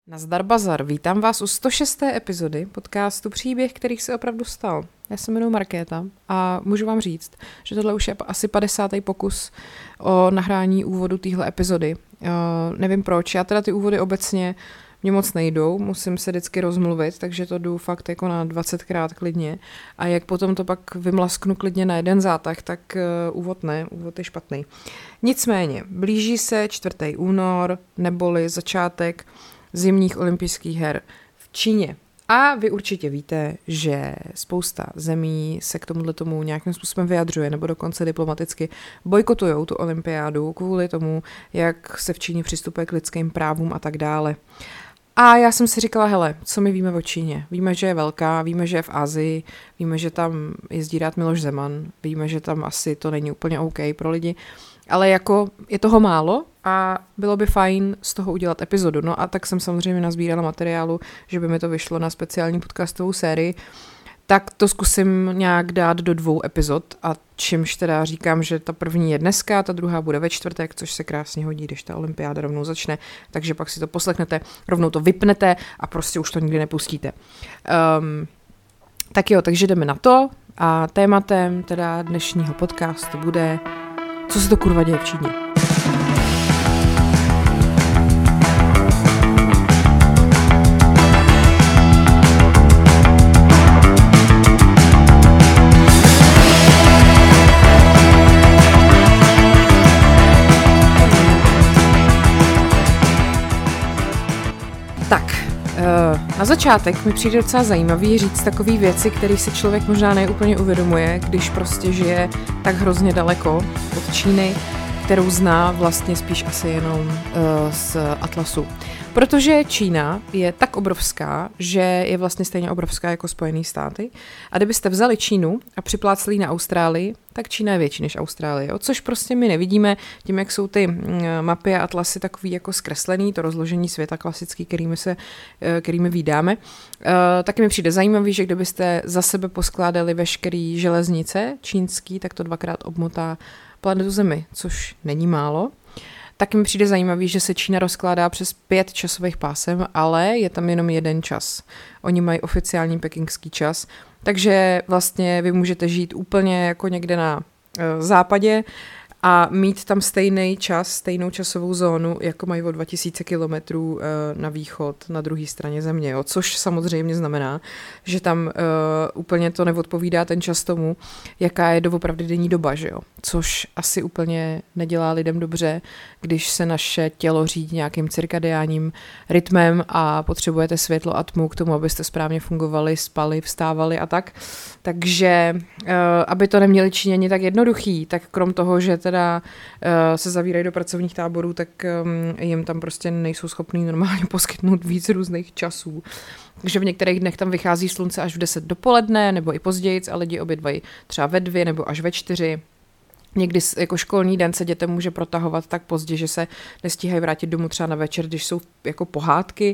Nazdar bazar, vítám vás u 106. epizody podcastu Příběh, který se opravdu stal. Já se jmenuji Markéta a můžu vám říct, že tohle už je asi 50. pokus o nahrání úvodu téhle epizody. Nevím proč, já teda ty úvody obecně mě moc nejdou, musím se vždycky rozmluvit, takže to jdu fakt jako na 20krát klidně a jak potom to pak vymlasknu klidně na jeden zátah, tak úvod ne, úvod je špatný. Nicméně, blíží se 4. únor, neboli začátek zimních olympijských her v Číně. A vy určitě víte, že spousta zemí se k tomu nějakým způsobem vyjadřuje, nebo dokonce diplomaticky bojkotujou tu olympiádu kvůli tomu, jak se v Číně přistupuje k lidským právům a tak dále. A já jsem si říkala, hele, co my víme o Číně? Víme, že je velká, víme, že je v Asii, víme, že tam jezdí rád Miloš Zeman, víme, že tam asi to není úplně OK pro lidi, ale jako je toho málo a bylo by fajn z toho udělat epizodu. No a tak jsem samozřejmě nazbírala materiálu, že by mi to vyšlo na speciální podcastovou sérii, tak to zkusím nějak dát do 2 epizod a čímž teda říkám, že ta první je dneska, ta druhá bude ve čtvrtek, což se krásně hodí, když ta olympiáda rovnou začne, takže pak si to poslechnete, rovnou to vypnete a prostě už to nikdy nepustíte. Tak jo, takže jdeme na to a tématem teda dnešního podcastu bude, co se to kurva děje v Číně. Na začátek mi přijde docela zajímavý říct takové věci, které si člověk možná neúplně uvědomuje, když prostě žije tak hrozně daleko od Číny, kterou zná vlastně spíš asi jenom z atlasu. Protože Čína je tak obrovská, že je vlastně stejně obrovská jako Spojené státy. A kdybyste vzali Čínu a připlácli na Austrálii, tak Čína je větší než Austrálie. Což prostě my nevidíme tím, jak jsou ty mapy a atlasy takový jako zkreslený, to rozložení světa klasický, kterými vídáme. Taky mi přijde zajímavý, že kdybyste za sebe poskládali veškerý železnice čínský, tak to 2krát obmotá planetu Zemi, což není málo. Taky mi přijde zajímavý, že se Čína rozkládá přes 5 časových pásem, ale je tam jenom jeden čas. Oni mají oficiální pekingský čas, takže vlastně vy můžete žít úplně jako někde na západě a mít tam stejný čas, stejnou časovou zónu, jako mají o 2000 kilometrů na východ, na druhé straně země, jo? Což samozřejmě znamená, že tam úplně to neodpovídá ten čas tomu, jaká je doopravdy denní doba, že jo? Což asi úplně nedělá lidem dobře, když se naše tělo řídí nějakým cirkadiánním rytmem a potřebujete světlo a tmu k tomu, abyste správně fungovali, spali, vstávali a tak. Takže aby to neměli Číňani tak jednoduchý, tak krom toho, že teda se zavírají do pracovních táborů, tak jim tam prostě nejsou schopní normálně poskytnout víc různých časů. Takže v některých dnech tam vychází slunce až v 10 dopoledne, nebo i později, a lidi obědvají třeba ve 2 nebo až ve 4. Někdy jako školní den se dětem může protahovat tak pozdě, že se nestíhají vrátit domů třeba na večer, když jsou jako pohádky.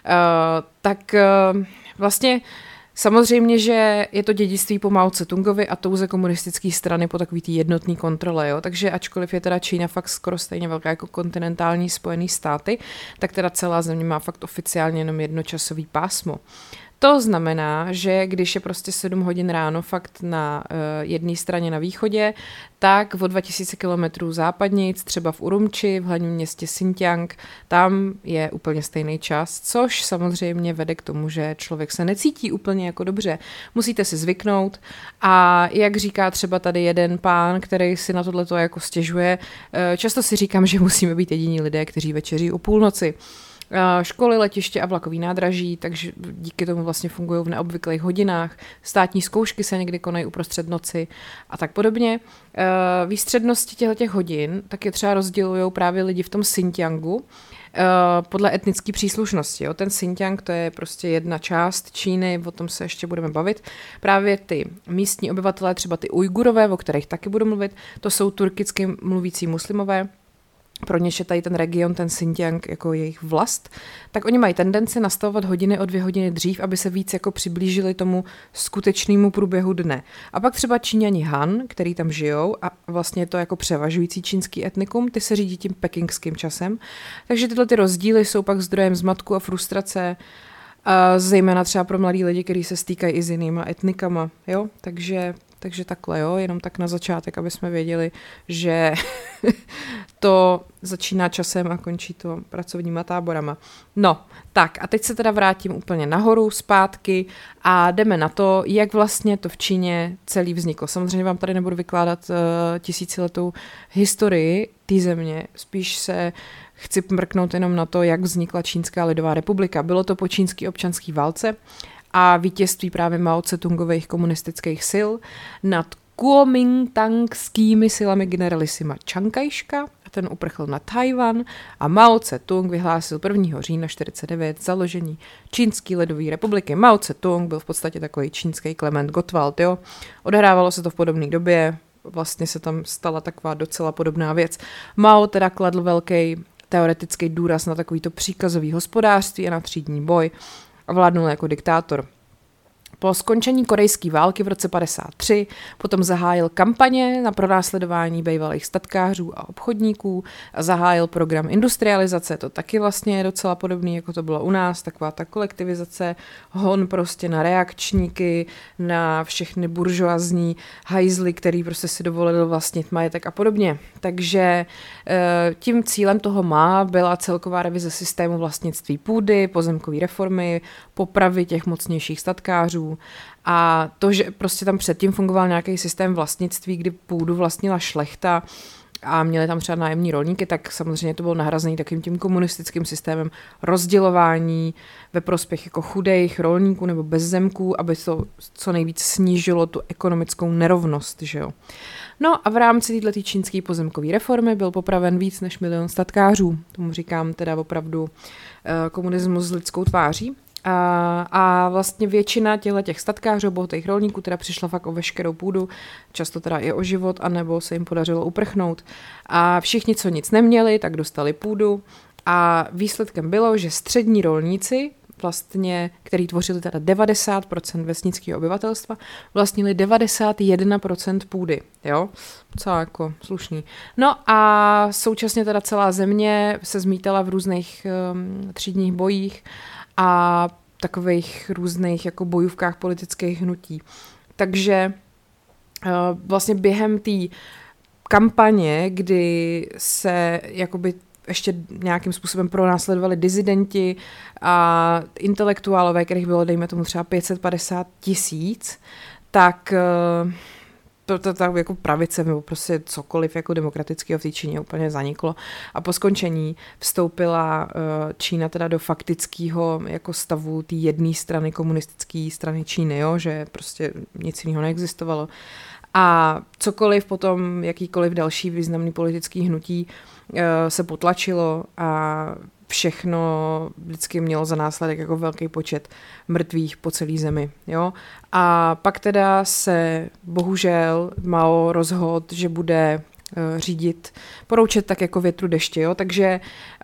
Tak vlastně samozřejmě, že je to dědictví po Mao Tse-tungovi a touze komunistické strany po takový tý jednotný kontrole, jo? Takže ačkoliv je teda Čína fakt skoro stejně velká jako kontinentální Spojené státy, tak teda celá země má fakt oficiálně jenom jednočasový pásmo. To znamená, že když je prostě 7 hodin ráno fakt na jedné straně na východě, tak o 2000 kilometrů západnějc, třeba v Urumči, v hlavním městě Xinjiang, tam je úplně stejný čas, což samozřejmě vede k tomu, že člověk se necítí úplně jako dobře. Musíte si zvyknout a jak říká třeba tady jeden pán, který si na tohleto jako stěžuje, často si říkám, že musíme být jediní lidé, kteří večeří o půlnoci. Školy, letiště a vlakový nádraží, takže díky tomu vlastně fungují v neobvyklých hodinách. Státní zkoušky se někdy konají uprostřed noci a tak podobně. Výstřednosti těchto hodin tak je třeba rozdělují právě lidi v tom Xinjiangu podle etnické příslušnosti. Jo. Ten Xinjiang, to je prostě jedna část Číny, o tom se ještě budeme bavit. Právě ty místní obyvatelé, třeba ty Ujgurové, o kterých taky budu mluvit, to jsou turkicky mluvící muslimové, pro něž je tady ten region, ten Xinjiang jako jejich vlast, tak oni mají tendenci nastavovat hodiny o 2 hodiny dřív, aby se víc jako přiblížili tomu skutečnému průběhu dne. A pak třeba Číňani Han, který tam žijou a vlastně je to jako převažující čínský etnikum, ty se řídí tím pekingským časem. Takže tyhle ty rozdíly jsou pak zdrojem zmatku a frustrace, a zejména třeba pro mladý lidi, kteří se stýkají i s jinýma etnikama, jo, takže takhle, jo, jenom tak na začátek, aby jsme věděli, že to začíná časem a končí to pracovníma táborama. No, tak a teď se teda vrátím úplně nahoru, zpátky a jdeme na to, jak vlastně to v Číně celý vzniklo. Samozřejmě vám tady nebudu vykládat tisíciletou historii té země, spíš se chci mrknout jenom na to, jak vznikla Čínská lidová republika. Bylo to po čínské občanské válce a vítězství právě Mao Tse-tungových komunistických sil nad kuomintangskými silami generalisima Chiang Kai-sheka a ten uprchl na Tajvan a Mao Tse-tung vyhlásil 1. října 1949 založení Čínské lidové republiky. Mao Tse-tung byl v podstatě takový čínský Klement Gottwald, jo. Odehrávalo se to v podobné době, vlastně se tam stala taková docela podobná věc. Mao teda kladl velký teoretický důraz na takovýto příkazový hospodářství a na třídní boj a vládnul jako diktátor. Po skončení korejské války v roce 1953 potom zahájil kampaně na pronásledování bývalých statkářů a obchodníků a zahájil program industrializace, to taky vlastně je docela podobný, jako to bylo u nás, taková ta kolektivizace, hon prostě na reakčníky, na všechny buržoazní hajzly, který prostě si dovolil vlastnit majetek a podobně. Takže tím cílem toho byla celková revize systému vlastnictví půdy, pozemkové reformy, popravy těch mocnějších statkářů. A to, že prostě tam předtím fungoval nějaký systém vlastnictví, kdy půdu vlastnila šlechta a měli tam třeba nájemní rolníky, tak samozřejmě to bylo nahrazený takovým tím komunistickým systémem rozdělování ve prospěch jako chudých rolníků nebo bezzemků, aby to co nejvíc snížilo tu ekonomickou nerovnost, že jo. No a v rámci této čínské pozemkové reformy byl popraven víc než 1 milion statkářů. Tomu říkám teda opravdu komunismus s lidskou tváří. A vlastně většina těch statkářů, bohatých rolníků teda přišla fakt o veškerou půdu, často teda i o život, anebo se jim podařilo uprchnout. A všichni, co nic neměli, tak dostali půdu a výsledkem bylo, že střední rolníci, vlastně, který tvořili teda 90% vesnického obyvatelstva, vlastnili 91% půdy, jo, docela jako slušný. No a současně teda celá země se zmítala v různých třídních bojích a takových různých jako bojůvkách politických hnutí. Takže vlastně během té kampaně, kdy se jakoby ještě nějakým způsobem pronásledovali disidenti a intelektuálové, kterých bylo, dejme tomu, třeba 550 000, tak to jako pravice nebo prostě cokoliv jako demokratického v té Číně úplně zaniklo. A po skončení vstoupila Čína teda do faktického jako stavu té jedné strany, komunistické strany Číny, jo? Že prostě nic jiného neexistovalo. A cokoliv potom, jakýkoliv další významný politický hnutí se potlačilo a všechno vždycky mělo za následek jako velký počet mrtvých po celé zemi. Jo? A pak teda se bohužel Mao rozhodl, že bude řídit, poroučet tak jako větru dešti. Jo? Takže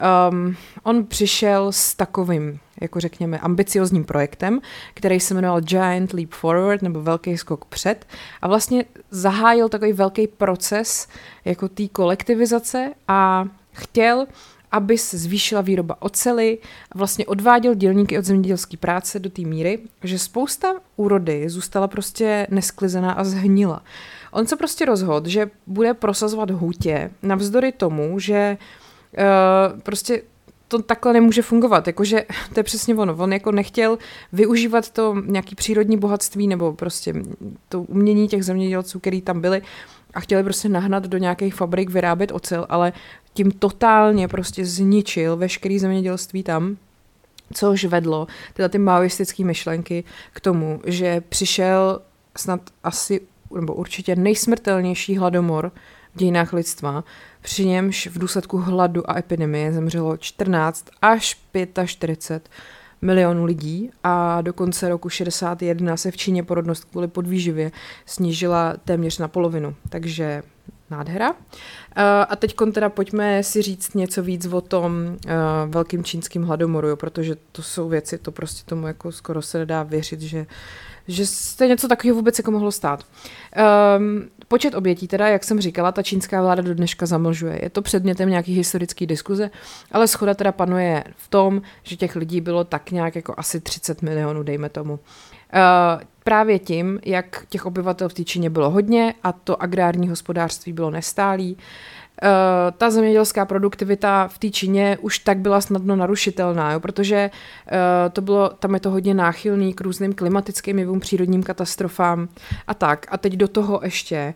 on přišel s takovým, jako řekněme, ambiciozním projektem, který se jmenoval Giant Leap Forward, nebo Velký skok před, a vlastně zahájil takový velký proces jako té kolektivizace a chtěl, aby se zvýšila výroba oceli a vlastně odváděl dělníky od zemědělské práce do té míry, že spousta úrody zůstala prostě nesklizená a zhnila. On se prostě rozhodl, že bude prosazovat hutě navzdory tomu, že prostě to takhle nemůže fungovat, jakože to je přesně ono. On jako nechtěl využívat to nějaký přírodní bohatství nebo prostě to umění těch zemědělců, který tam byli a chtěli prostě nahnat do nějakých fabrik vyrábět ocel, ale tím totálně prostě zničil veškerý zemědělství tam, což vedlo tyhle ty maoistické myšlenky k tomu, že přišel snad asi nebo určitě nejsmrtelnější hladomor v dějinách lidstva, při němž v důsledku hladu a epidemie zemřelo 14 až 45 milionů lidí a do konce roku 61 se v Číně porodnost kvůli podvýživě snížila téměř na polovinu. Takže nádhera. A teď teda pojďme si říct něco víc o tom velkým čínským hladomoru, jo, protože to jsou věci, to prostě tomu jako skoro se nedá věřit, že se něco takového vůbec jako mohlo stát. Počet obětí teda, jak jsem říkala, ta čínská vláda do dneška zamlžuje. Je to předmětem nějaký historický diskuze, ale shoda teda panuje v tom, že těch lidí bylo tak nějak jako asi 30 milionů, dejme tomu. Právě tím, jak těch obyvatel v té Číně bylo hodně a to agrární hospodářství bylo nestálý, ta zemědělská produktivita v té Číně už tak byla snadno narušitelná, jo, protože tam je to hodně náchylný k různým klimatickým jevům, přírodním katastrofám a tak. A teď do toho ještě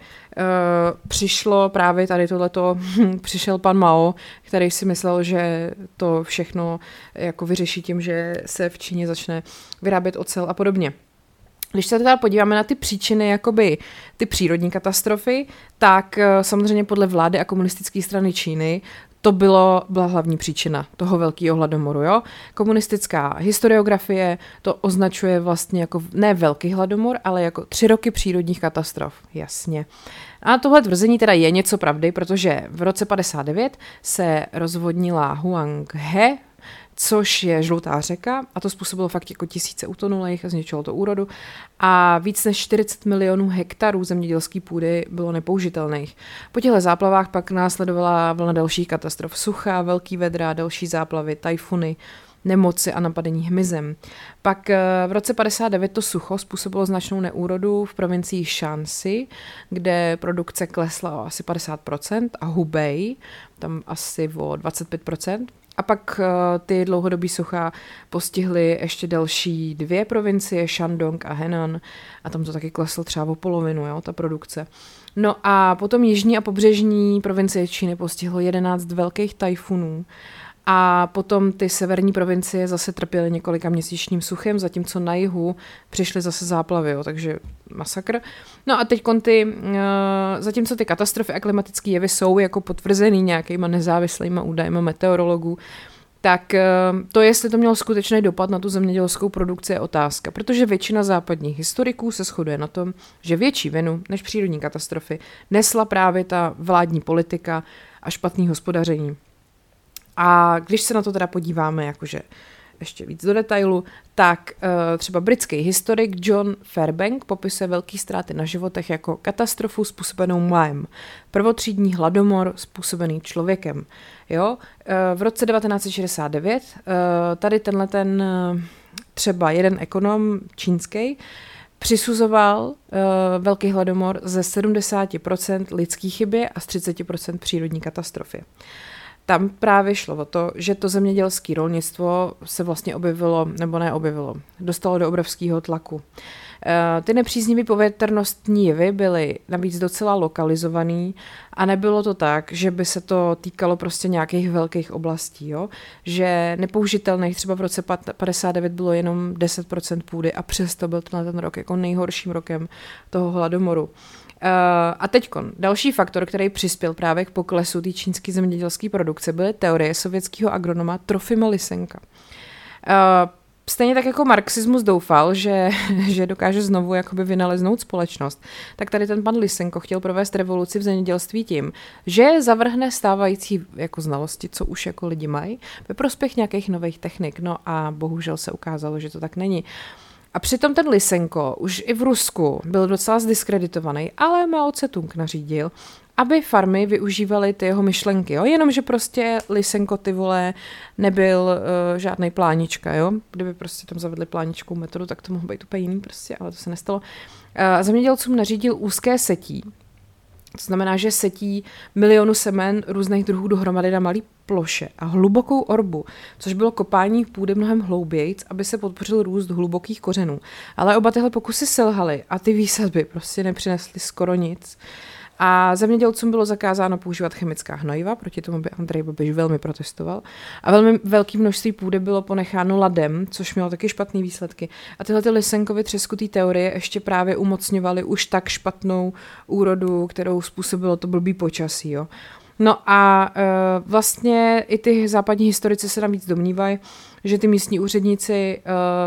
přišlo právě tady tohleto, přišel pan Mao, který si myslel, že to všechno jako vyřeší tím, že se v Číně začne vyrábět ocel a podobně. Když se teda podíváme na ty příčiny, jakoby ty přírodní katastrofy, tak samozřejmě podle vlády a komunistické strany Číny to byla hlavní příčina toho velkého hladomoru. Jo? Komunistická historiografie to označuje vlastně jako ne velký hladomor, ale jako 3 roky přírodních katastrof. Jasně. A tohle tvrzení teda je něco pravdy, protože v roce 59 se rozvodnila Huanghe, což je žlutá řeka, a to způsobilo fakt jako tisíce utonulých a zničilo to úrodu a víc než 40 milionů hektarů zemědělské půdy bylo nepoužitelných. Po těchto záplavách pak následovala vlna dalších katastrof, sucha, velký vedra, další záplavy, tajfuny, nemoci a napadení hmyzem. Pak v roce 59 to sucho způsobilo značnou neúrodu v provincii Shanxi, kde produkce klesla o asi 50% a Hubei tam asi o 25%. A pak ty dlouhodobý sucha postihly ještě další 2 provincie, Shandong a Henan, a tam to taky kleslo třeba o polovinu, jo, ta produkce. No a potom jižní a pobřežní provincie Číny postihlo 11 velkých tajfunů a potom ty severní provincie zase trpěly několika měsíčním suchem, zatímco na jihu přišly zase záplavy, jo, takže masakr. No a teď zatímco ty katastrofy a klimatické jevy jsou jako potvrzený nějakýma nezávislýma údajma meteorologů, tak to, jestli to mělo skutečný dopad na tu zemědělskou produkci, je otázka, protože většina západních historiků se shoduje na tom, že větší vinu než přírodní katastrofy nesla právě ta vládní politika a špatný hospodaření. A když se na to teda podíváme jakože ještě víc do detailu, tak třeba britský historik John Fairbank popisuje velký ztráty na životech jako katastrofu způsobenou mlem, prvotřídní hladomor způsobený člověkem. Jo? V roce 1969 tady třeba jeden ekonom čínský přisuzoval velký hladomor ze 70% lidský chyby a z 30% přírodní katastrofy. Tam právě šlo o to, že to zemědělské rolnictvo se vlastně dostalo do obrovského tlaku. Ty nepříznivé povětrnostní jevy byly navíc docela lokalizovaný a nebylo to tak, že by se to týkalo prostě nějakých velkých oblastí, jo? Že nepoužitelných třeba v roce 59 bylo jenom 10% půdy a přesto byl ten rok jako nejhorším rokem toho hladomoru. A teďkon, další faktor, který přispěl právě k poklesu té čínské zemědělské produkce, byly teorie sovětského agronoma Trofima Lysenka. Stejně tak jako marxismus doufal, že dokáže znovu jakoby vynaleznout společnost, tak tady ten pan Lysenko chtěl provést revoluci v zemědělství tím, že zavrhne stávající jako znalosti, co už jako lidi mají, ve prospěch nějakých nových technik. No a bohužel se ukázalo, že to tak není. A přitom ten Lysenko už i v Rusku byl docela zdiskreditovaný, ale Mao Tse-tung nařídil, aby farmy využívaly ty jeho myšlenky, jo? Jenomže prostě Lysenko, ty vole, nebyl žádnej plánička, jo? Kdyby prostě tam zavedli pláničkou metodu, tak to mohlo být úplně jiný prostě, ale to se nestalo. Zemědělcům nařídil úzké setí, to znamená, že setí milionu semen různých druhů dohromady na malý ploše a hlubokou orbu, což bylo kopání půdy mnohem hloubějc, aby se podpořil růst hlubokých kořenů. Ale oba tyhle pokusy selhaly a ty výsadby prostě nepřinesly skoro nic. A zemědělcům bylo zakázáno používat chemická hnojiva, proti tomu by Andrej Babiš velmi protestoval. A velmi velké množství půdy bylo ponecháno ladem, což mělo taky špatné výsledky. A tyhle ty Lysenkovy třeskutý teorie ještě právě umocňovaly už tak špatnou úrodu, kterou způsobilo to blbý počasí. Jo. No a vlastně i ty západní historici se navíc domnívají, že ty místní úředníci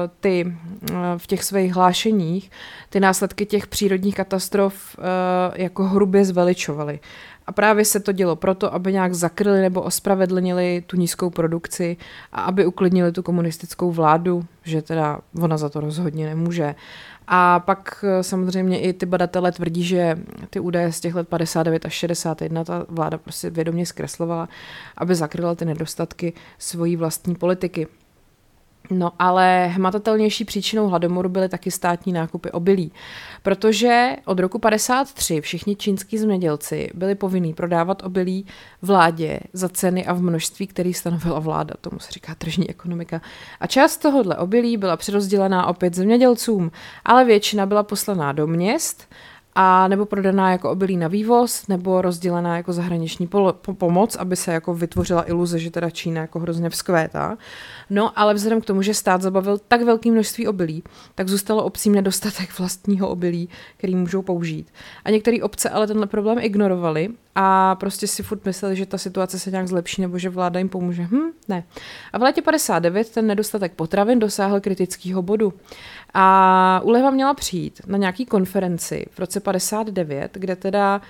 v těch svých hlášeních ty následky těch přírodních katastrof jako hrubě zveličovali. A právě se to dělo proto, aby nějak zakryli nebo ospravedlnili tu nízkou produkci a aby uklidnili tu komunistickou vládu, že teda ona za to rozhodně nemůže. A pak samozřejmě i ty badatelé tvrdí, že ty údaje z těch let 59 až 61 ta vláda prostě vědomě zkreslovala, aby zakryla ty nedostatky svojí vlastní politiky. No ale hmatatelnější příčinou hladomoru byly taky státní nákupy obilí, protože od roku 53 všichni čínský zemědělci byli povinní prodávat obilí vládě za ceny a v množství, který stanovila vláda, tomu se říká tržní ekonomika. A část tohohle obilí byla přerozdělená opět zemědělcům, ale většina byla poslaná do měst a nebo prodaná jako obilí na vývoz, nebo rozdělená jako zahraniční pomoc, aby se jako vytvořila iluze, že teda Čína jako hrozně vzkvétá. No, ale vzhledem k tomu, že stát zabavil tak velké množství obilí, tak zůstalo obcím nedostatek vlastního obilí, který můžou použít. A některé obce ale tenhle problém ignorovaly a prostě si furt mysleli, že ta situace se nějak zlepší nebo že vláda jim pomůže. Ne. A v létě 59 ten nedostatek potravin dosáhl kritického bodu. A úleva měla přijít na nějaký konferenci v roce 59, kde teda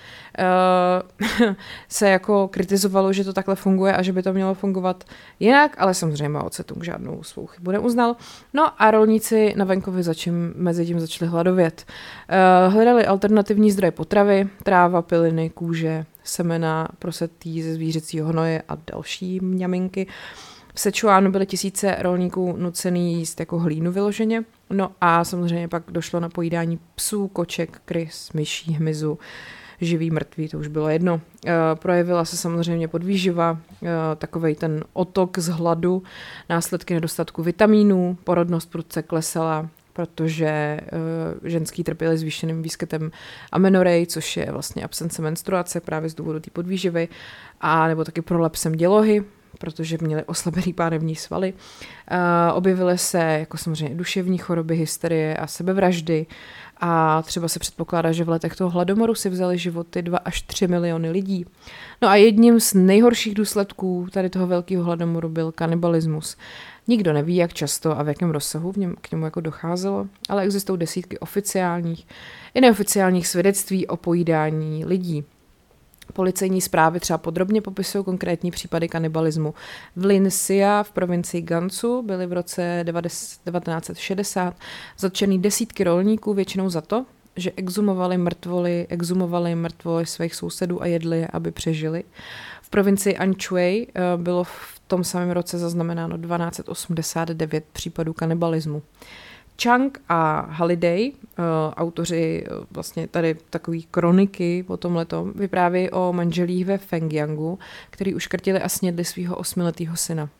se jako kritizovalo, že to takhle funguje a že by to mělo fungovat jinak, ale samozřejmě Mao Tse-tung žádnou svou chybu neuznal. No a rolníci na venkově mezi tím začali hladovět. Hledali alternativní zdroje potravy, tráva, piliny, kůže, semena prosetý ze zvířecího hnoje a další mňaminky. V Sečuánu byly tisíce rolníků nucený jíst jako hlínu vyloženě. No a samozřejmě pak došlo na pojídání psů, koček, krys, myší, hmyzu, živý, mrtvý, to už bylo jedno. Projevila se samozřejmě podvýživa, takovej ten otok z hladu, následky nedostatku vitamínů, porodnost prudce klesala, protože ženský trpěli zvýšeným výskytem amenorei, což je vlastně absence menstruace právě z důvodu té podvýživy, a nebo taky prolepsem dělohy, protože měli oslabený pánevní svaly. Objevily se jako samozřejmě duševní choroby, hysterie a sebevraždy a třeba se předpokládá, že v letech toho hladomoru si vzali životy 2 až 3 miliony lidí. No a jedním z nejhorších důsledků tady toho velkého hladomoru byl kanibalismus. Nikdo neví, jak často a v jakém rozsahu k němu jako docházelo, ale existují desítky oficiálních i neoficiálních svědectví o pojídání lidí. Policejní zprávy třeba podrobně popisují konkrétní případy kanibalismu. V Linsia v provincii Gansu byly v roce 1960 zatčený desítky rolníků, většinou za to, že exhumovali mrtvoly svých sousedů a jedli je, aby přežili. V provincii Anhui bylo v tom samém roce zaznamenáno 1289 případů kanibalismu. Chang a Halliday, autoři vlastně tady takový kroniky o tomhletom, vyprávějí o manželích ve Fengyangu, který uškrtili a snědli svého 8letého syna.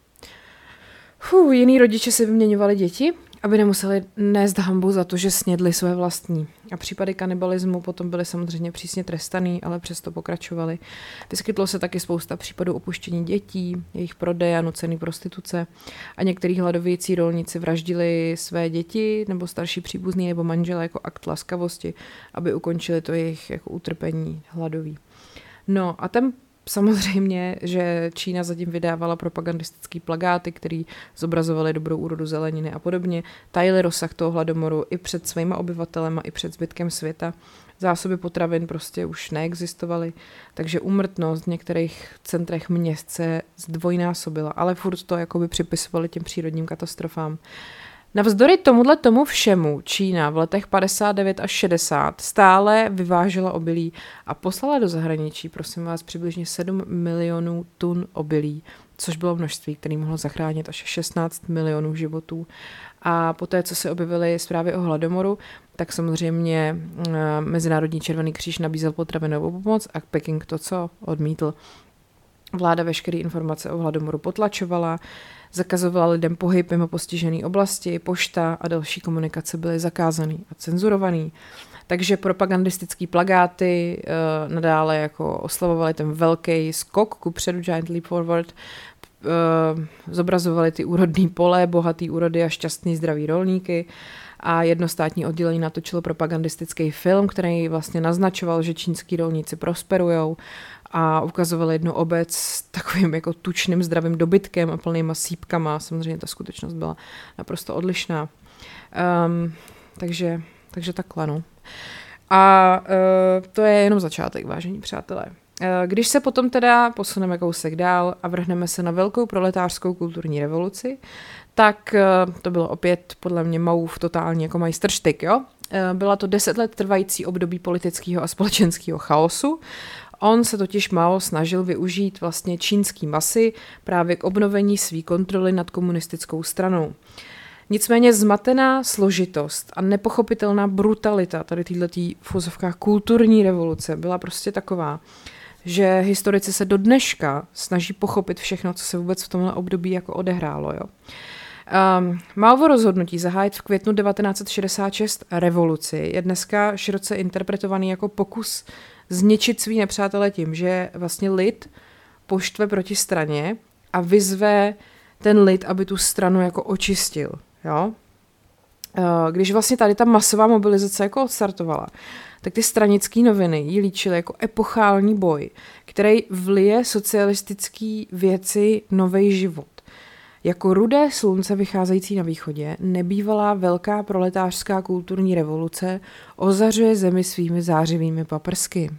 Jiný rodiče si vyměňovali děti, aby nemuseli nést hanbu za to, že snědli své vlastní. A případy kanibalismu potom byly samozřejmě přísně trestaný, ale přesto pokračovaly. Vyskytlo se taky spousta případů opuštění dětí, jejich prodeje a nucený prostituce. A některý hladovějící rolníci vraždili své děti nebo starší příbuzný nebo manžele jako akt laskavosti, aby ukončili to jejich jako utrpení hladový. No a ten samozřejmě, že Čína zatím vydávala propagandistický plakáty, které zobrazovaly dobrou úrodu zeleniny a podobně, tajily rozsah toho hladomoru i před svýma obyvatelema, i před zbytkem světa. Zásoby potravin prostě už neexistovaly, takže úmrtnost v některých centrech měst se zdvojnásobila, ale furt to jakoby připisovali těm přírodním katastrofám. Navzdory tomu všemu Čína v letech 59 až 60 stále vyvážela obilí a poslala do zahraničí, prosím vás, přibližně 7 milionů tun obilí, což bylo množství, které mohlo zachránit až 16 milionů životů. A poté, co se objevily zprávy o hladomoru, tak samozřejmě Mezinárodní červený kříž nabízel potravinovou pomoc a Peking to, co odmítl. Vláda veškeré informace o hladomoru potlačovala, zakazovala lidem pohyb mimo postižené oblasti, pošta a další komunikace byly zakázaný a cenzurovaný. Takže propagandistický plakáty nadále jako oslavovaly ten velký skok kupředu, Giant Leap Forward, zobrazovali ty úrodný pole, bohatý úrody a šťastný zdravý rolníky a jednostátní oddělení natočilo propagandistický film, který vlastně naznačoval, že čínský rolníci prosperujou a ukazovali jednu obec s takovým jako tučným zdravým dobytkem a plnýma sýpkama. Samozřejmě ta skutečnost byla naprosto odlišná. Takže takhle, no. A to je jenom začátek, vážení přátelé. Když se potom teda posuneme kousek dál a vrhneme se na velkou proletářskou kulturní revoluci, tak to bylo opět podle mě Maův totální jako majstrštyk, jo? Byla to 10 let trvající období politického a společenského chaosu. On se totiž Mao snažil využít vlastně čínský masy právě k obnovení své kontroly nad komunistickou stranou. Nicméně zmatená složitost a nepochopitelná brutalita tady této v uvozovkách kulturní revoluce byla prostě taková, že historici se do dneška snaží pochopit všechno, co se vůbec v tomhle období jako odehrálo. Jo. Maovo rozhodnutí zahájit v květnu 1966 revoluci je dneska široce interpretovaný jako pokus zničit svý nepřátele tím, že vlastně lid poštve proti straně a vyzve ten lid, aby tu stranu jako očistil. Jo? Když vlastně tady ta masová mobilizace jako odstartovala, tak ty stranické noviny ji líčily jako epochální boj, který vlije socialistické věci novej život. Jako rudé slunce vycházející na východě, nebývalá velká proletářská kulturní revoluce ozařuje zemi svými zářivými paprsky.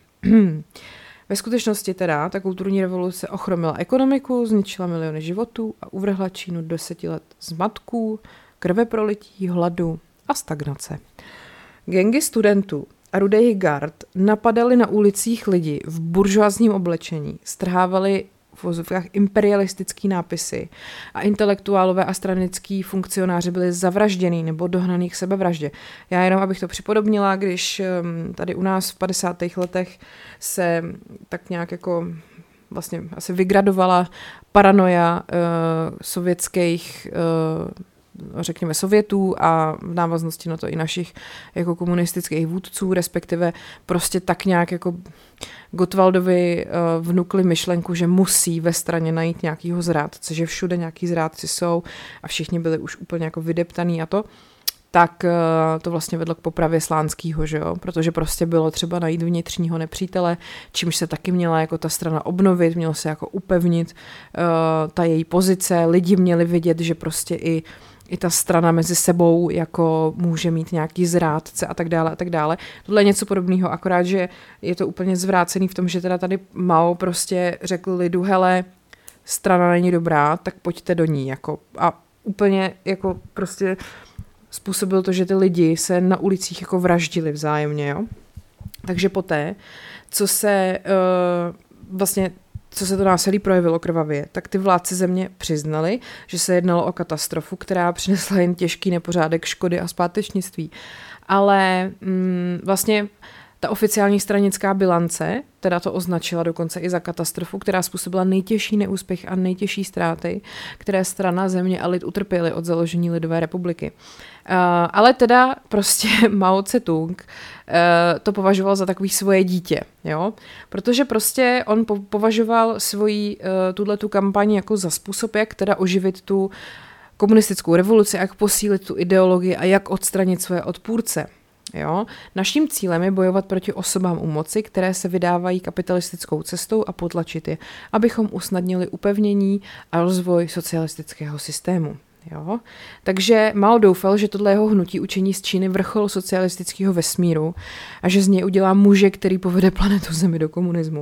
Ve skutečnosti teda ta kulturní revoluce ochromila ekonomiku, zničila miliony životů a uvrhla Čínu do 10 let zmatků, krveprolití, hladu a stagnace. Gangy studentů a rudých gard napadaly na ulicích lidi v buržoazním oblečení, strhávali v vozovkách imperialistický nápisy a intelektuálové a stranický funkcionáři byli zavražděný nebo dohnaný k sebevraždě. Já jenom, abych to připodobnila, když tady u nás v 50. letech se tak nějak jako vlastně asi vygradovala paranoja sovětských řekněme Sovětů a v návaznosti na to i našich jako komunistických vůdců, respektive prostě tak nějak jako Gottwaldovi vnukli myšlenku, že musí ve straně najít nějakýho zrádce, že všude nějaký zrádci jsou a všichni byli už úplně jako vydeptaný a to, tak to vlastně vedlo k popravě Slánskýho, že jo? Protože prostě bylo třeba najít vnitřního nepřítele, čímž se taky měla jako ta strana obnovit, mělo se jako upevnit ta její pozice, lidi měli vidět, že prostě i ta strana mezi sebou jako může mít nějaký zrádce a tak dále a tak dále. Tohle je něco podobného, akorát, že je to úplně zvrácený v tom, že teda tady Mao prostě řekl lidu, hele, strana není dobrá, tak pojďte do ní, jako a úplně jako prostě způsobil to, že ty lidi se na ulicích jako vraždili vzájemně, jo. Takže poté, co se to násilí projevilo krvavě, tak ty vládci země přiznali, že se jednalo o katastrofu, která přinesla jen těžký nepořádek, škody a zpátečnictví. Ale vlastně ta oficiální stranická bilance teda to označila dokonce i za katastrofu, která způsobila nejtěžší neúspěch a nejtěžší ztráty, které strana, země a lid utrpěli od založení Lidové republiky. Ale teda prostě Mao Tse-tung to považoval za takový svoje dítě, jo? Protože prostě on považoval svoji tuhletu kampaň jako za způsob, jak teda oživit tu komunistickou revoluci, jak posílit tu ideologii a jak odstranit své odpůrce. Jo? Naším cílem je bojovat proti osobám u moci, které se vydávají kapitalistickou cestou a potlačit je, abychom usnadnili upevnění a rozvoj socialistického systému. Jo? Takže Mao doufal, že tohle jeho hnutí učení z Číny vrchol socialistického vesmíru a že z něj udělá muže, který povede planetu Zemi do komunismu.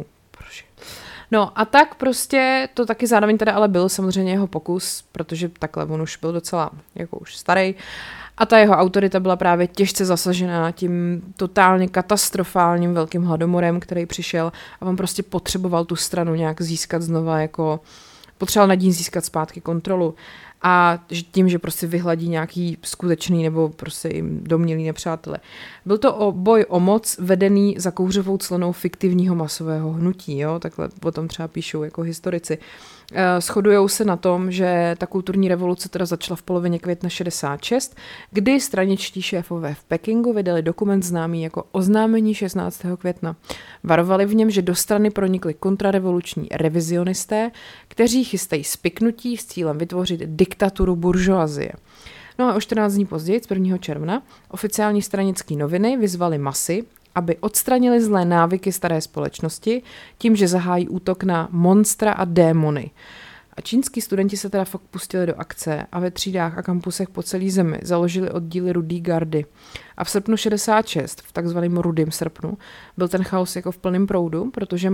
No a tak prostě to taky zároveň teda ale byl samozřejmě jeho pokus, protože takhle on už byl docela jako už starý. A ta jeho autorita byla právě těžce zasažená tím totálně katastrofálním velkým hladomorem, který přišel a on prostě potřeboval tu stranu nějak získat znova, jako potřeboval nad ní získat zpátky kontrolu. A tím, že prostě vyhladí nějaký skutečný nebo prostě jim domnělý nepřátelé. Byl to boj o moc vedený za kouřovou clonou fiktivního masového hnutí, jo? Takhle o tom třeba píšou jako historici. Shodujou se na tom, že ta kulturní revoluce teda začala v polovině května 66, kdy straničtí šéfové v Pekingu vydali dokument známý jako Oznámení 16. května. Varovali v něm, že do strany pronikli kontrarevoluční revizionisté, kteří chystají spiknutí s cílem vytvořit diktaturu buržoazie. No a o 14 dní později, 1. června, oficiální stranické noviny vyzvaly masy, aby odstranili zlé návyky staré společnosti tím, že zahájí útok na monstra a démony. A čínský studenti se teda fakt pustili do akce a ve třídách a kampusech po celé zemi založili oddíly Rudé gardy. A v srpnu 66, v takzvaném rudým srpnu, byl ten chaos jako v plném proudu, protože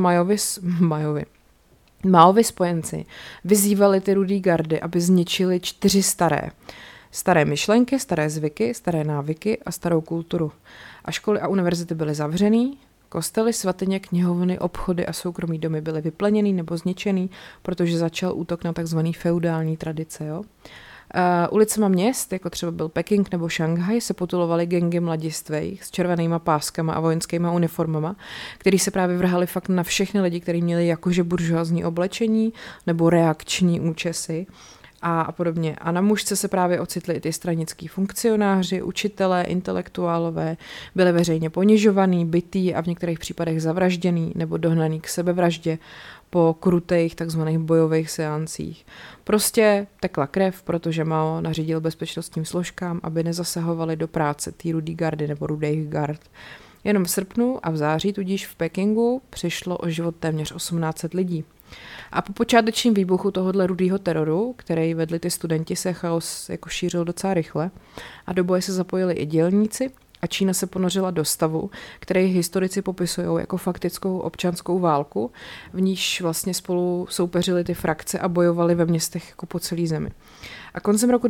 Maovi spojenci vyzývali ty Rudé gardy, aby zničili 4 staré myšlenky, staré zvyky, staré návyky a starou kulturu. A školy a univerzity byly zavřený, kostely, svatyně, knihovny, obchody a soukromí domy byly vypleněný nebo zničený, protože začal útok na takzvaný feudální tradice. Jo? Ulicema měst, jako třeba byl Peking nebo Šanghaj, se potulovaly gangy mladistvých s červenýma páskama a vojenskýma uniformama, který se právě vrhali fakt na všechny lidi, kteří měli jakože buržoazní oblečení nebo reakční účesy a podobně. A na mužce se právě ocitli i ty stranický funkcionáři, učitelé, intelektuálové, byli veřejně ponižovaný, bitý a v některých případech zavražděný nebo dohnaný k sebevraždě po krutých takzvaných bojových seancích. Prostě tekla krev, protože Mao nařídil bezpečnostním složkám, aby nezasahovali do práce té Rudé gardy nebo Rudých gard. Jenom v srpnu a v září tudíž v Pekingu přišlo o život téměř 1800 lidí. A po počátečním výbuchu tohohle rudého teroru, který vedli ty studenti, se chaos jako šířil docela rychle a do boje se zapojili i dělníci a Čína se ponořila do stavu, který historici popisují jako faktickou občanskou válku, v níž vlastně spolu soupeřili ty frakce a bojovali ve městech jako po celé zemi. A koncem roku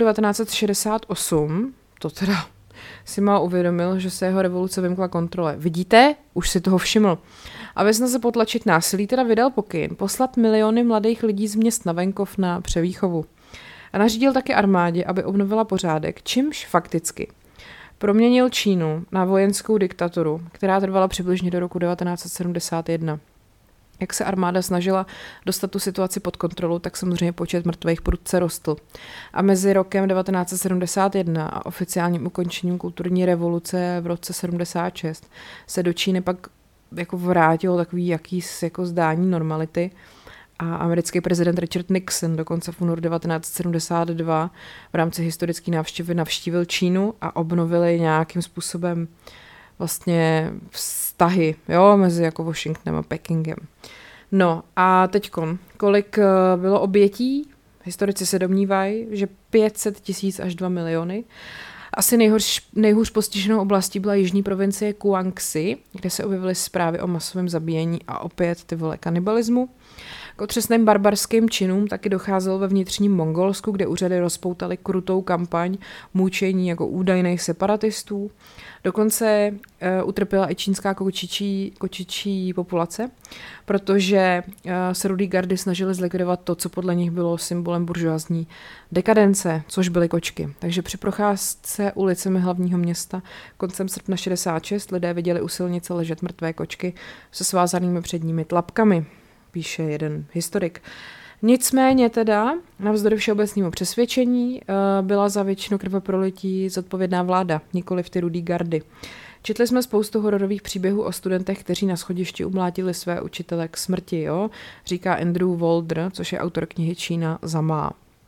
1968, to teda si Mao uvědomil, že se jeho revoluce vymkla kontrole. Vidíte? Už si toho všiml. A ve snaze potlačit násilí teda vydal pokyn poslat miliony mladých lidí z měst na venkov na převýchovu. A nařídil taky armádě, aby obnovila pořádek, čímž fakticky proměnil Čínu na vojenskou diktaturu, která trvala přibližně do roku 1971. Jak se armáda snažila dostat tu situaci pod kontrolu, tak samozřejmě počet mrtvých prudce rostl. A mezi rokem 1971 a oficiálním ukončením kulturní revoluce v roce 76 se do Číny pak jako vrátilo takový jakýsi jako zdání normality a americký prezident Richard Nixon dokonce v únoru 1972 v rámci historické návštěvy navštívil Čínu a obnovili nějakým způsobem vlastně vztahy, jo, mezi jako Washingtonem a Pekingem. No a teďkon, kolik bylo obětí? Historici se domnívají, že 500 000 až 2 miliony. Asi nejhůř postiženou oblastí byla jižní provincie Guangxi, kde se objevily zprávy o masovém zabíjení a opět ty vole kanibalismu. K otřesným barbarským činům taky docházelo ve vnitřním Mongolsku, kde úřady rozpoutaly krutou kampaň mučení jako údajných separatistů. Dokonce utrpěla i čínská kočičí populace, protože se Rudé gardy snažili zlikvidovat to, co podle nich bylo symbolem buržoazní dekadence, což byly kočky. Takže při procházce ulicemi hlavního města koncem srpna 66 lidé viděli u silnice ležet mrtvé kočky se svázanými předními tlapkami, píše jeden historik. Nicméně teda, navzdory všeobecnému přesvědčení, byla za většinu krveprolití zodpovědná vláda, nikoli v ty Rudé gardy. Četli jsme spoustu hororových příběhů o studentech, kteří na schodišti umlátili své učitele k smrti, jo? Říká Andrew Waldner, což je autor knihy Čína za Má.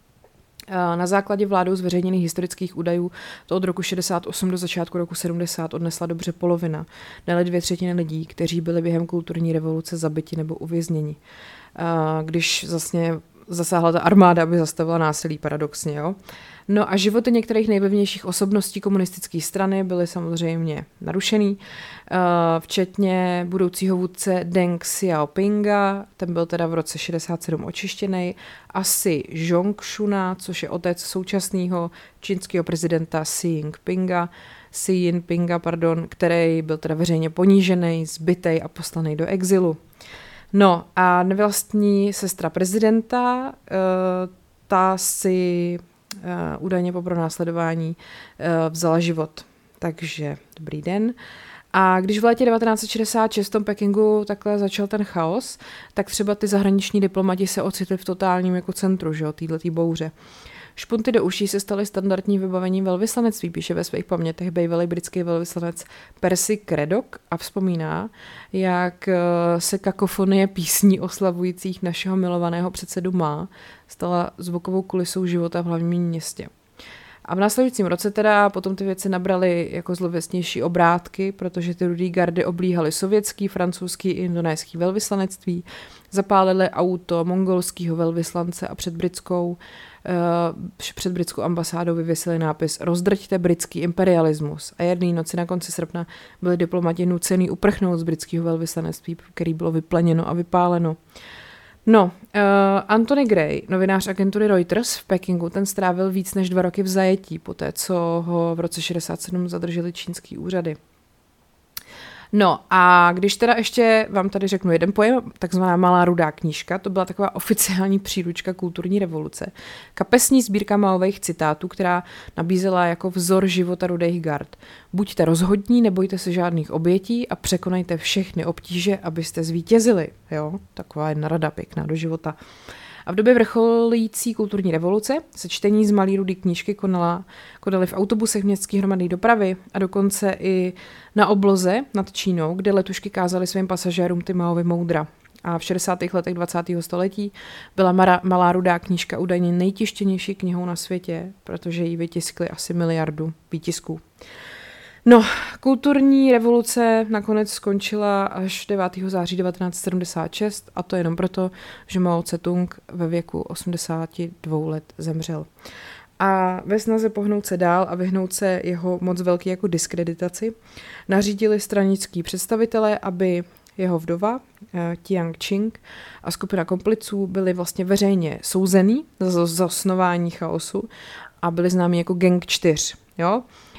Na základě vládou zveřejněných historických údajů to od roku 68 do začátku roku 70 odnesla dobře polovina, ne 2/3 lidí, kteří byli během kulturní revoluce zabiti nebo uvězněni. Když vlastně zasáhla ta armáda, aby zastavila násilí, paradoxně. Jo? No a životy některých nejvlivnějších osobností komunistické strany byly samozřejmě narušený, včetně budoucího vůdce Deng Xiaopinga, ten byl teda v roce 67 očištěný, a Xi Zhongxuna, což je otec současného čínského prezidenta Xi Jinpinga, který byl teda veřejně ponížený, zbytej a poslaný do exilu. No a nevlastní sestra prezidenta, ta si údajně po pronásledování vzala život. Takže dobrý den. A když v létě 1966 v tom Pekingu takhle začal ten chaos, tak třeba ty zahraniční diplomati se ocitli v totálním jako centru, že jo, této bouře. Špunty do uší se staly standardní vybavení velvyslanectví, píše ve svých pamětech bývalý britský velvyslanec Percy Craddock a vzpomíná, jak se kakofonie písní oslavujících našeho milovaného předsedu Má stala zvukovou kulisou života v hlavním městě. A v následujícím roce teda potom ty věci nabraly jako zlověstnější obrátky, protože ty Rudé gardy oblíhaly sovětský, francouzský i indonéský velvyslanectví, zapálili auto mongolského velvyslance a před britskou ambasádou vyvěsili nápis Rozdrťte britský imperialismus. A jedné noci na konci srpna byli diplomati nucený uprchnout z britského velvyslanectví, který bylo vypleněno a vypáleno. No, Anthony Gray, novinář agentury Reuters v Pekingu, ten strávil víc než 2 roky v zajetí, poté co ho v roce 67 zadrželi čínský úřady. No a když teda ještě vám tady řeknu jeden pojem, takzvaná Malá rudá knížka, to byla taková oficiální příručka kulturní revoluce. Kapesní sbírka Maových citátů, která nabízela jako vzor života Rudých gard. Buďte rozhodní, nebojte se žádných obětí a překonejte všechny obtíže, abyste zvítězili. Jo, taková jedna rada pěkná do života. A v době vrcholící kulturní revoluce se čtení z Malý rudý knížky konaly v autobusech městské hromadné dopravy a dokonce i na obloze nad Čínou, kde letušky kázaly svým pasažérům ty Maovy moudra. A v 60. letech 20. století byla Malá rudá knížka údajně nejtištěnější knihou na světě, protože ji vytiskli asi 1 miliardu výtisků. No, kulturní revoluce nakonec skončila až 9. září 1976 a to jenom proto, že Mao Tse-tung ve věku 82 let zemřel. A ve snaze pohnout se dál a vyhnout se jeho moc velký jako diskreditaci, nařídili stranický představitelé, aby jeho vdova, Jiang Qing, a skupina kompliců byli vlastně veřejně souzený za zasnování chaosu a byli známí jako Gang 4, jo?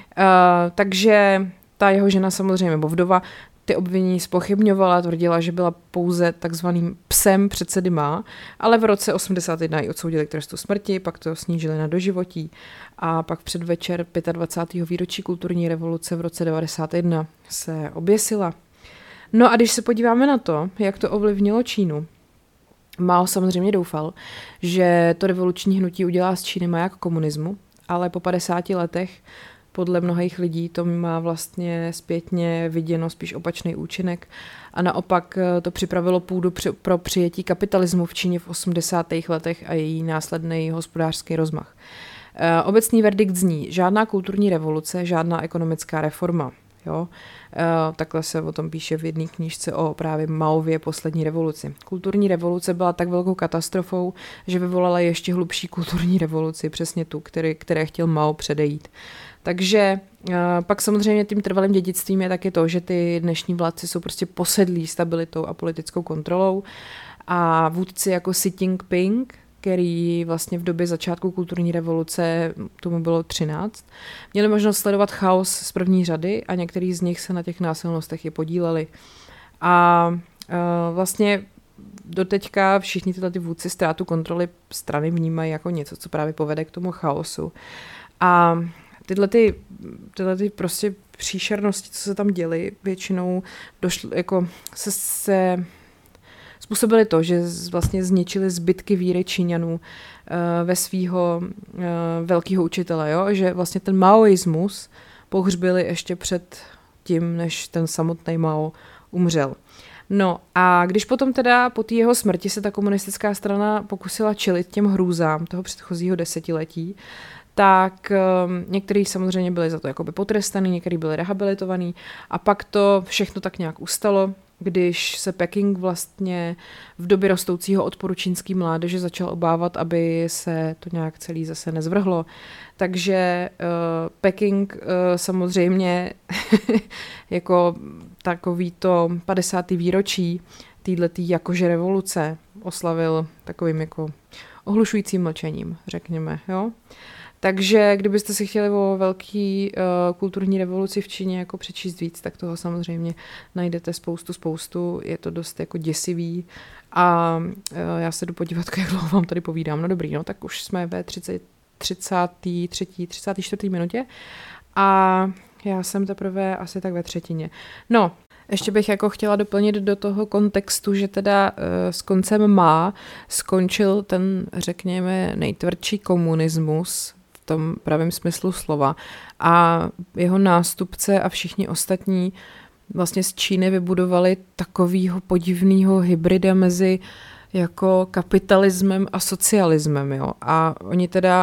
Takže ta jeho žena samozřejmě, nebo vdova, ty obvinění zpochybňovala, tvrdila, že byla pouze takzvaným psem předsedy Má, ale v roce 81 ji odsoudili k trestu smrti, pak to snížili na doživotí a pak předvečer 25. výročí kulturní revoluce v roce 91 se oběsila. No a když se podíváme na to, jak to ovlivnilo Čínu, Mao samozřejmě doufal, že to revoluční hnutí udělá z Číny maják komunismu, ale po 50 letech podle mnohých lidí to má vlastně zpětně viděno spíš opačný účinek a naopak to připravilo půdu pro přijetí kapitalismu v Číně v 80. letech a její následný hospodářský rozmach. Obecný verdikt zní: žádná kulturní revoluce, žádná ekonomická reforma. Jo? Takhle se o tom píše v jedné knížce o právě Maově poslední revoluci. Kulturní revoluce byla tak velkou katastrofou, že vyvolala ještě hlubší kulturní revoluci, přesně tu, které chtěl Mao předejít. Takže pak samozřejmě tím trvalým dědictvím je taky to, že ty dnešní vládci jsou prostě posedlí stabilitou a politickou kontrolou a vůdci jako Xi Jinping, který vlastně v době začátku kulturní revoluce, tomu bylo 13, měli možnost sledovat chaos z první řady a některý z nich se na těch násilnostech i podíleli. A vlastně doteďka všichni tyhle ty vůdci ztrátu kontroly strany vnímají jako něco, co právě povede k tomu chaosu. A tyhle prostě příšernosti, co se tam děly, většinou došlo, jako se způsobili to, že vlastně zničili zbytky víry Číňanů ve svýho velkého učitele, jo? Že vlastně ten maoismus pohřbili ještě před tím, než ten samotný Mao umřel. No a když potom teda po té jeho smrti se ta komunistická strana pokusila čelit těm hrůzám toho předchozího desetiletí, tak některý samozřejmě byli za to jakoby potrestaný, některý byli rehabilitovaný a pak to všechno tak nějak ustalo, když se Peking vlastně v době rostoucího odporu čínské mládeže začal obávat, aby se to nějak celý zase nezvrhlo. Takže Peking samozřejmě jako takový to 50. výročí týhletý jakože revoluce oslavil takovým jako ohlušujícím mlčením, řekněme, jo. Takže kdybyste si chtěli o velký kulturní revoluci v Číně jako přečíst víc, tak toho samozřejmě najdete spoustu, je to dost jako děsivý a já se jdu podívat, jak dlouho vám tady povídám. No dobrý, no tak už jsme ve 34. minutě a já jsem teprve asi tak ve třetině. No, ještě bych jako chtěla doplnit do toho kontextu, že teda s koncem Má skončil ten, řekněme, nejtvrdší komunismus v tom pravém smyslu slova a jeho nástupce a všichni ostatní vlastně z Číny vybudovali takovýho podivného hybrida mezi jako kapitalismem a socialismem, jo. A oni teda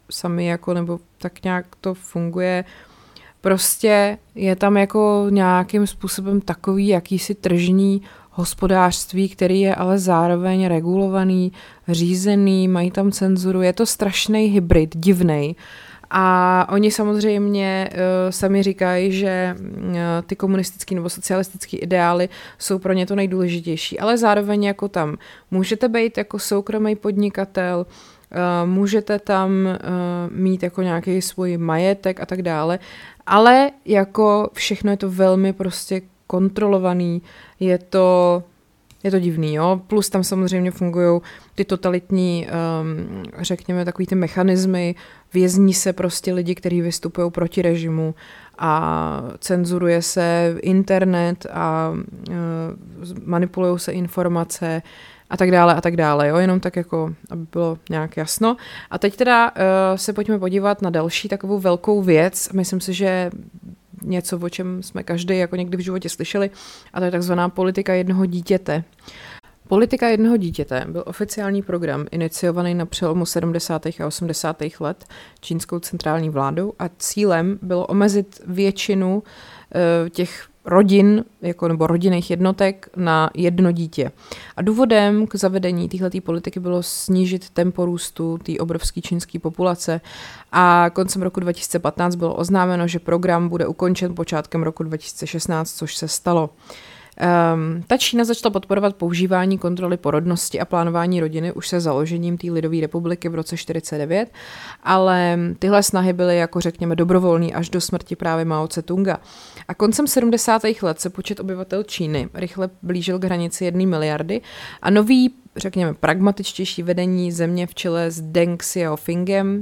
sami jako, nebo tak nějak to funguje. Prostě je tam jako nějakým způsobem takový jakýsi tržní hospodářství, který je ale zároveň regulovaný, řízený, mají tam cenzuru, je to strašný hybrid, divnej. A oni samozřejmě sami říkají, že ty komunistické nebo socialistické ideály jsou pro ně to nejdůležitější, ale zároveň jako tam můžete být jako soukromý podnikatel, můžete tam mít jako nějaký svůj majetek a tak dále, ale jako všechno je to velmi prostě kontrolovaný, je to divný, jo. Plus tam samozřejmě fungují ty totalitní, řekněme, takový ty mechanismy, vězní se prostě lidi, kteří vystupují proti režimu a cenzuruje se internet a manipulují se informace a tak dále, jo, jenom tak jako, aby bylo nějak jasno. A teď teda se pojďme podívat na další takovou velkou věc, myslím si, že něco, o čem jsme každý jako někdy v životě slyšeli, a to je takzvaná politika jednoho dítěte. Politika jednoho dítěte byl oficiální program iniciovaný na přelomu 70. a 80. let čínskou centrální vládou a cílem bylo omezit většinu těch rodin, jako, nebo rodinných jednotek na jedno dítě. A důvodem k zavedení téhleté politiky bylo snížit tempo růstu té obrovské čínské populace a koncem roku 2015 bylo oznámeno, že program bude ukončen počátkem roku 2016, což se stalo. Ta Čína začala podporovat používání kontroly porodnosti a plánování rodiny už se založením té lidové republiky v roce 1949, ale tyhle snahy byly jako řekněme dobrovolný až do smrti právě Mao Tse-tunga. A koncem 70. let se počet obyvatel Číny rychle blížil k hranici 1 miliardy a nový, řekněme, pragmatičtější vedení země v čele s Deng Xiaopingem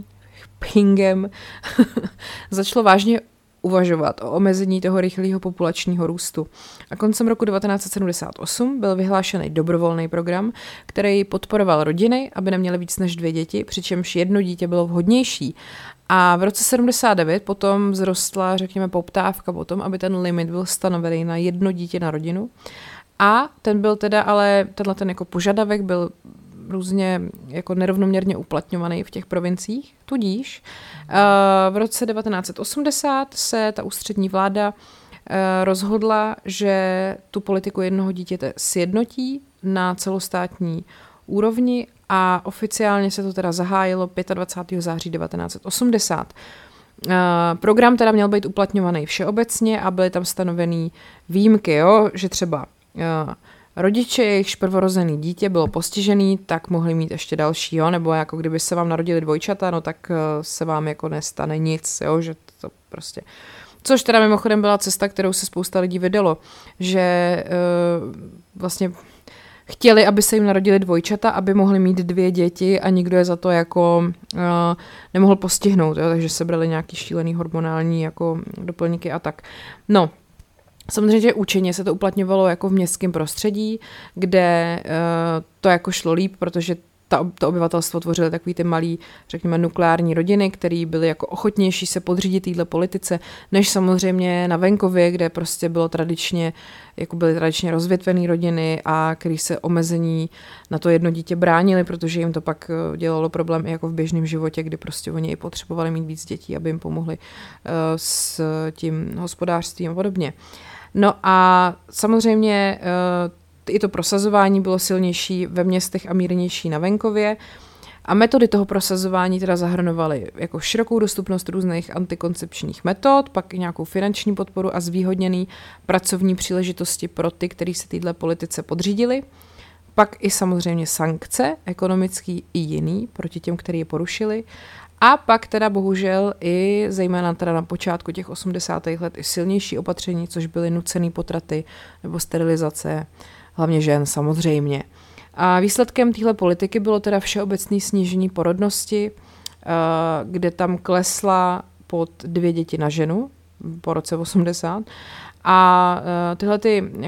začalo vážně uvažovat o omezení toho rychlého populačního růstu. A koncem roku 1978 byl vyhlášený dobrovolný program, který podporoval rodiny, aby neměly víc než 2 děti, přičemž jedno dítě bylo vhodnější. A v roce 79 potom vzrostla, řekněme, poptávka potom, aby ten limit byl stanovený na 1 dítě na rodinu. A ten byl teda, ale ten jako požadavek byl různě jako nerovnoměrně uplatňovaný v těch provinciích. Tudíž v roce 1980 se ta ústřední vláda rozhodla, že tu politiku jednoho dítěte sjednotí na celostátní úrovni a oficiálně se to teda zahájilo 25. září 1980. Program teda měl být uplatňovaný všeobecně a byly tam stanovený výjimky, jo? Že třeba rodiče, jejichž prvorozený dítě bylo postižený, tak mohli mít ještě další, jo? Nebo jako kdyby se vám narodili dvojčata, no tak se vám jako nestane nic, jo? Že to prostě... Což teda mimochodem byla cesta, kterou se spousta lidí vydalo, že vlastně chtěli, aby se jim narodili dvojčata, aby mohli mít 2 děti a nikdo je za to jako nemohl postihnout, jo? Takže sebrali nějaký šílený hormonální jako doplňky a tak. No, samozřejmě, že účinně se to uplatňovalo jako v městském prostředí, kde to jako šlo líp, protože to obyvatelstvo tvořily takový ty malý, řekněme, nukleární rodiny, které byly jako ochotnější se podřídit téhle politice, než samozřejmě na venkově, kde prostě byly tradičně rozvětvené rodiny a který se omezení na to jedno dítě bránili, protože jim to pak dělalo problém i jako v běžném životě, kdy prostě oni i potřebovali mít víc dětí, aby jim pomohli s tím hospodářstvím a podobně. No a samozřejmě i to prosazování bylo silnější ve městech a mírnější na venkově. A metody toho prosazování teda zahrnovaly jako širokou dostupnost různých antikoncepčních metod, pak i nějakou finanční podporu a zvýhodněný pracovní příležitosti pro ty, kteří se téhle politice podřídili. Pak i samozřejmě sankce, ekonomický i jiný, proti těm, kteří je porušili. A pak teda bohužel i zejména teda na počátku těch 80. let i silnější opatření, což byly nucené potraty nebo sterilizace, hlavně žen samozřejmě. A výsledkem téhle politiky bylo teda všeobecné snížení porodnosti, kde tam klesla pod 2 děti na ženu po roce 80. A tyhle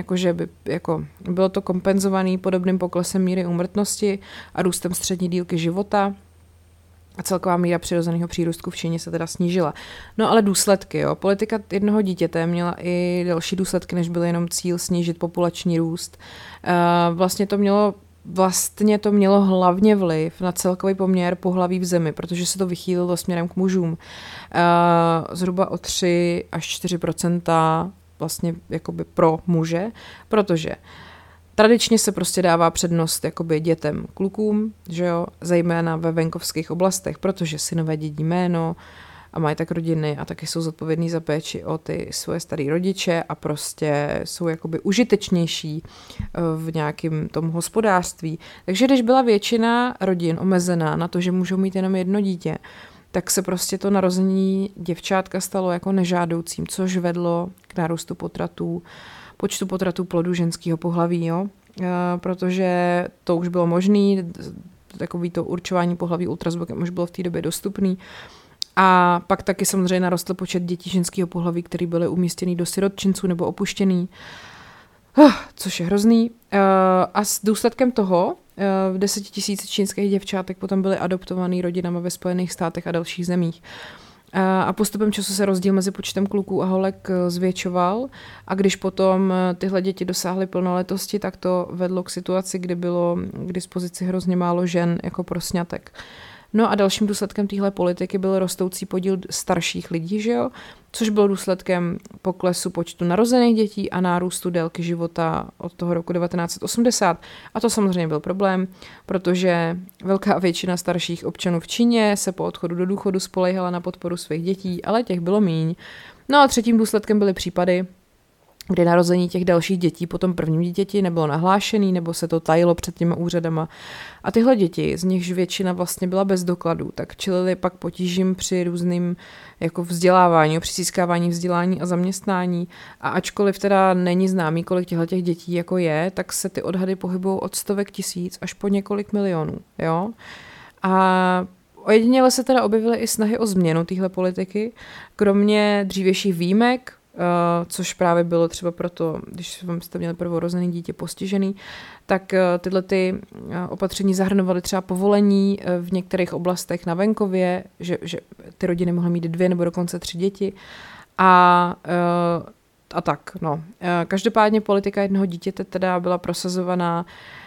bylo to kompenzované podobným poklesem míry úmrtnosti a růstem střední délky života. A celková míra přirozeného přírůstku v Číně se teda snížila. No ale důsledky, jo. Politika jednoho dítěte měla i další důsledky, než byl jenom cíl snížit populační růst. Vlastně to mělo vlastně to mělo hlavně vliv na celkový poměr pohlaví v zemi, protože se to vychýlilo směrem k mužům. Zhruba o 3 až 4% vlastně jakoby pro muže, protože tradičně se prostě dává přednost jakoby dětem, klukům, že jo, zejména ve venkovských oblastech, protože synové dědí jméno a mají tak rodiny a taky jsou zodpovědní za péči o ty svoje starý rodiče a prostě jsou jakoby užitečnější v nějakém tom hospodářství. Takže když byla většina rodin omezená na to, že můžou mít jenom jedno dítě, tak se prostě to narození děvčátka stalo jako nežádoucím, což vedlo k nárůstu počtu potratů plodů ženského pohlaví, jo? Protože to už bylo možné, takový to určování pohlaví ultrazvukem už bylo v té době dostupný. A pak taky samozřejmě narostl počet dětí ženského pohlaví, které byly umístěny do sirotčinců nebo opuštěný, což je hrozný. A s důsledkem toho 10 000 čínských děvčátek potom byly adoptovaný rodinama ve Spojených státech a dalších zemích. A postupem času se rozdíl mezi počtem kluků a holek zvětšoval a když potom tyhle děti dosáhly plnoletosti, tak to vedlo k situaci, kdy bylo k dispozici hrozně málo žen jako pro sňatek. No a dalším důsledkem téhle politiky byl rostoucí podíl starších lidí, že jo? Což bylo důsledkem poklesu počtu narozených dětí a nárůstu délky života od toho roku 1980. A to samozřejmě byl problém, protože velká většina starších občanů v Číně se po odchodu do důchodu spoléhala na podporu svých dětí, ale těch bylo míň. No a třetím důsledkem byly případy, kdy narození těch dalších dětí po tom prvním dítěti nebylo nahlášený, nebo se to tajilo před těma úřadama. A tyhle děti, z nichž většina vlastně byla bez dokladů, tak čelili pak potížím při různým jako vzdělávání, při získávání vzdělání a zaměstnání. A ačkoliv teda není známý, kolik těch dětí jako je, tak se ty odhady pohybují od stovek tisíc až po několik milionů. Jo? A ojediněle se teda objevily i snahy o změnu téhle politiky, kromě dřívějších výjimek, což právě bylo třeba proto, když jste měli prvorozený dítě postižený, tak tyhle ty opatření zahrnovaly třeba povolení v některých oblastech na venkově, že ty rodiny mohly mít 2 nebo dokonce 3 děti a tak, no. Každopádně politika jednoho dítěte teda byla prosazovaná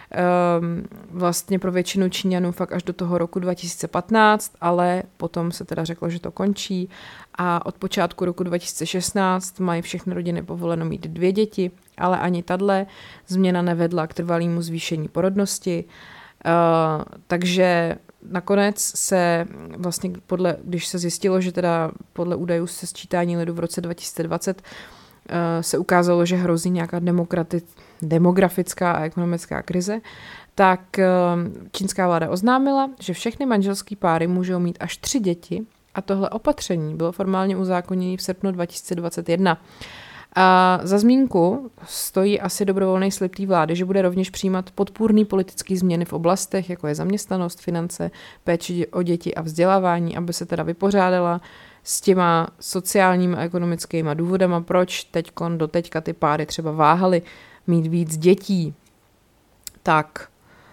vlastně pro většinu Číňanů fakt až do toho roku 2015, ale potom se teda řeklo, že to končí a od počátku roku 2016 mají všechny rodiny povoleno mít 2 děti, ale ani tahle změna nevedla k trvalému zvýšení porodnosti, takže nakonec se vlastně když se zjistilo, že teda podle údajů se sčítání lidu v roce 2020 se ukázalo, že hrozí nějaká demografická a ekonomická krize, tak čínská vláda oznámila, že všechny manželské páry můžou mít až 3 děti a tohle opatření bylo formálně uzákoněné v srpnu 2021. A za zmínku stojí asi dobrovolný slib té vlády, že bude rovněž přijímat podpůrný politické změny v oblastech, jako je zaměstnanost, finance, péči o děti a vzdělávání, aby se teda vypořádala s těma sociálníma a ekonomickýma důvodama, proč doteďka ty páry třeba váhaly mít víc dětí. Tak,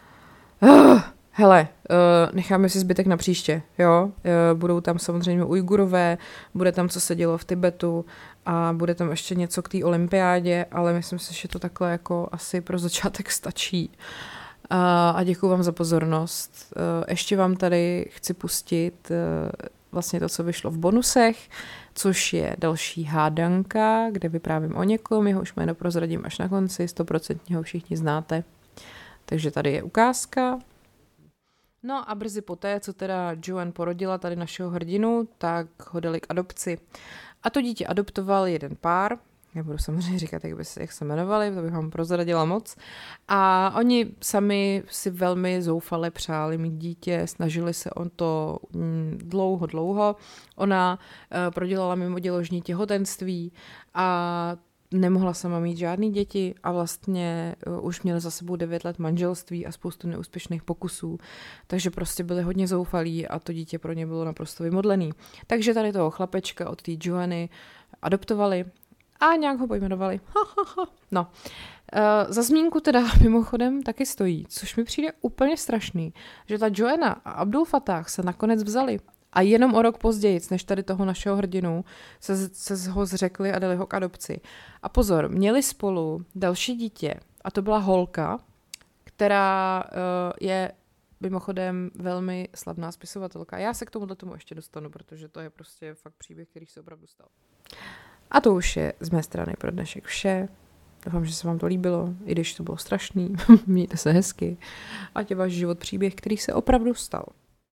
necháme si zbytek na příště, jo. Budou tam samozřejmě Ujgurové, bude tam, co se dělo v Tibetu a bude tam ještě něco k té olympiádě, ale myslím si, že to takhle jako asi pro začátek stačí. A děkuji vám za pozornost. Ještě vám tady chci pustit vlastně to, co vyšlo v bonusech, což je další hádanka, kde vyprávím o někom, jehož jméno prozradím až na konci, 100% ho všichni znáte. Takže tady je ukázka. No a brzy poté, co teda Joanne porodila tady našeho hrdinu, tak ho dali k adopci. A to dítě adoptoval jeden pár, nebudu samozřejmě říkat, jak se jmenovali, to bych vám prozradila moc. A oni sami si velmi zoufale přáli mít dítě, snažili se o to dlouho. Ona prodělala mimoděložní těhotenství a nemohla sama mít žádný děti a vlastně už měla za sebou 9 let manželství a spoustu neúspěšných pokusů, takže prostě byli hodně zoufalí a to dítě pro ně bylo naprosto vymodlený. Takže tady toho chlapečka od té Joanny adoptovali a nějak ho pojmenovali. No, za zmínku teda mimochodem taky stojí, což mi přijde úplně strašný, že ta Joanna a Abdul Fattah se nakonec vzali. A jenom o rok později, než tady toho našeho hrdinu, se ho zřekli a dali ho k adopci. A pozor, měli spolu další dítě, a to byla holka, která je mimochodem velmi slavná spisovatelka. Já se k tomu ještě dostanu, protože to je prostě fakt příběh, který se opravdu stal. A to už je z mé strany pro dnešek vše. Doufám, že se vám to líbilo, i když to bylo strašný. Mějte se hezky. Ať je váš život příběh, který se opravdu stal.